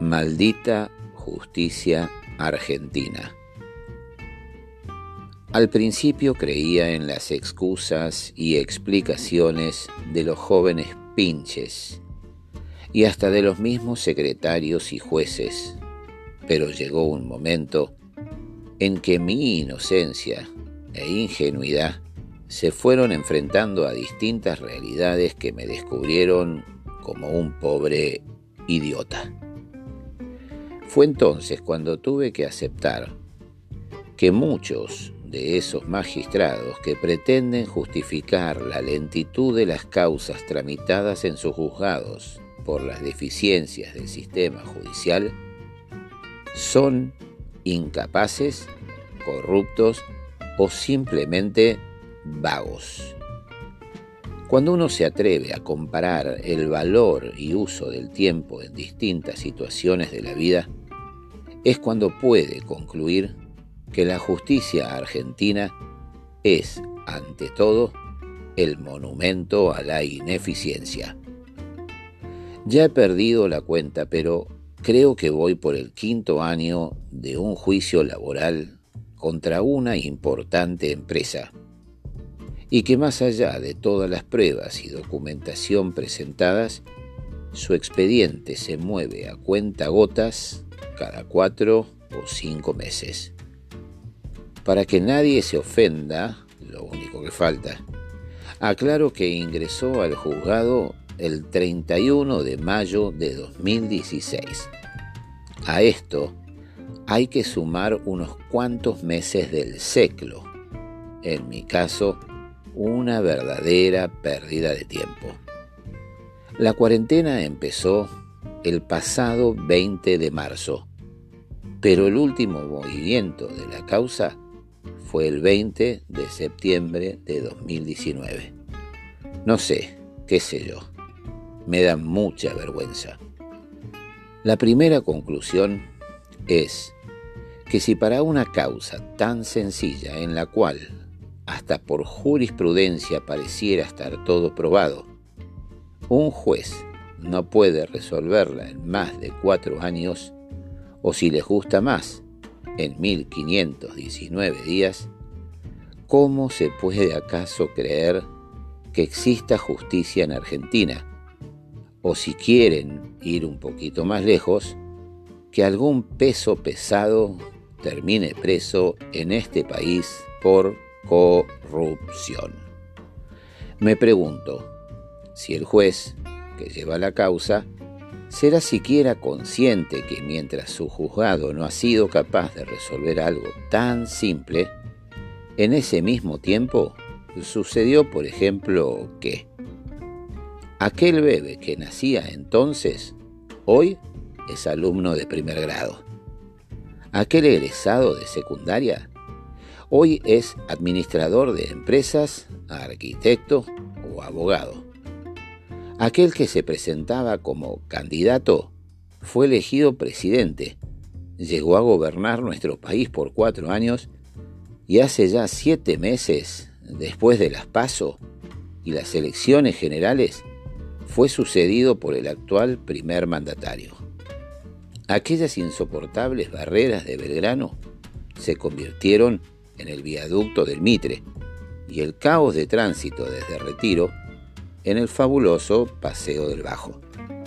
Maldita justicia argentina. Al principio creía en las excusas y explicaciones de los jóvenes pinches y hasta de los mismos secretarios y jueces, pero llegó un momento en que mi inocencia e ingenuidad se fueron enfrentando a distintas realidades que me descubrieron como un pobre idiota. Fue entonces cuando tuve que aceptar que muchos de esos magistrados que pretenden justificar la lentitud de las causas tramitadas en sus juzgados por las deficiencias del sistema judicial son incapaces, corruptos o simplemente vagos. Cuando uno se atreve a comparar el valor y uso del tiempo en distintas situaciones de la vida, es cuando puede concluir que la justicia argentina es, ante todo, el monumento a la ineficiencia. Ya he perdido la cuenta, pero creo que voy por el 5º año de un juicio laboral contra una importante empresa, y que más allá de todas las pruebas y documentación presentadas, su expediente se mueve a cuentagotas cada 4 o 5 meses. Para que nadie se ofenda, lo único que falta, aclaro que ingresó al juzgado el 31 de mayo de 2016. A esto hay que sumar unos cuantos meses del século. En mi caso, una verdadera pérdida de tiempo. La cuarentena empezó el pasado 20 de marzo, pero el último movimiento de la causa fue el 20 de septiembre de 2019. No sé, qué sé yo, me da mucha vergüenza. La primera conclusión es que si para una causa tan sencilla en la cual hasta por jurisprudencia pareciera estar todo probado, un juez no puede resolverla en más de 4 años, o si les gusta más, en 1519 días, ¿cómo se puede acaso creer que exista justicia en Argentina? O si quieren ir un poquito más lejos, que algún peso pesado termine preso en este país por corrupción. Me pregunto si el juez que lleva la causa será siquiera consciente que mientras su juzgado no ha sido capaz de resolver algo tan simple, en ese mismo tiempo sucedió, por ejemplo, que aquel bebé que nacía entonces, hoy es alumno de primer grado. Aquel egresado de secundaria, hoy es administrador de empresas, arquitecto o abogado. Aquel que se presentaba como candidato fue elegido presidente, llegó a gobernar nuestro país por 4 años y hace ya 7 meses, después de las PASO y las elecciones generales, fue sucedido por el actual primer mandatario. Aquellas insoportables barreras de Belgrano se convirtieron en el viaducto del Mitre y el caos de tránsito desde Retiro en el fabuloso Paseo del Bajo.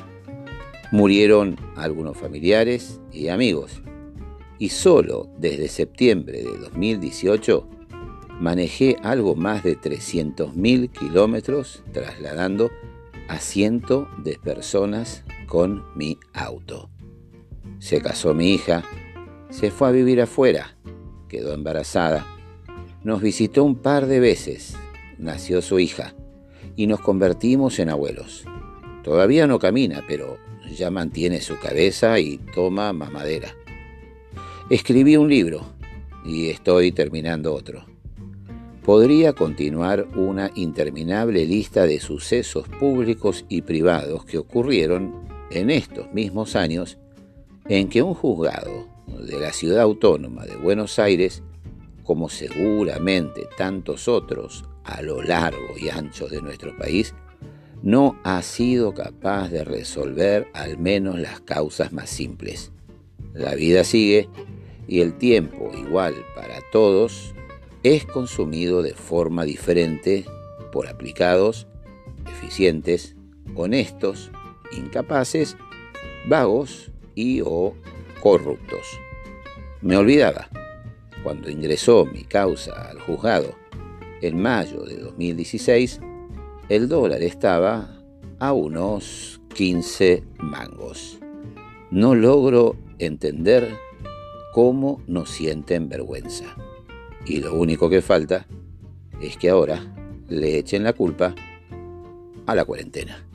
Murieron algunos familiares y amigos, y solo desde septiembre de 2018 manejé algo más de 300.000 kilómetros trasladando a cientos de personas con mi auto. Se casó mi hija, se fue a vivir afuera, quedó embarazada, nos visitó un par de veces, nació su hija y nos convertimos en abuelos. Todavía no camina, pero ya mantiene su cabeza y toma mamadera. Escribí un libro y estoy terminando otro. Podría continuar una interminable lista de sucesos públicos y privados que ocurrieron en estos mismos años en que un juzgado de la Ciudad Autónoma de Buenos Aires, como seguramente tantos otros a lo largo y ancho de nuestro país, no ha sido capaz de resolver al menos las causas más simples. La vida sigue y el tiempo, igual para todos, es consumido de forma diferente por aplicados, eficientes, honestos, incapaces, vagos y o corruptos. Me olvidaba, cuando ingresó mi causa al juzgado en mayo de 2016, el dólar estaba a unos 15 mangos. No logro entender cómo nos sienten vergüenza. Y lo único que falta es que ahora le echen la culpa a la cuarentena.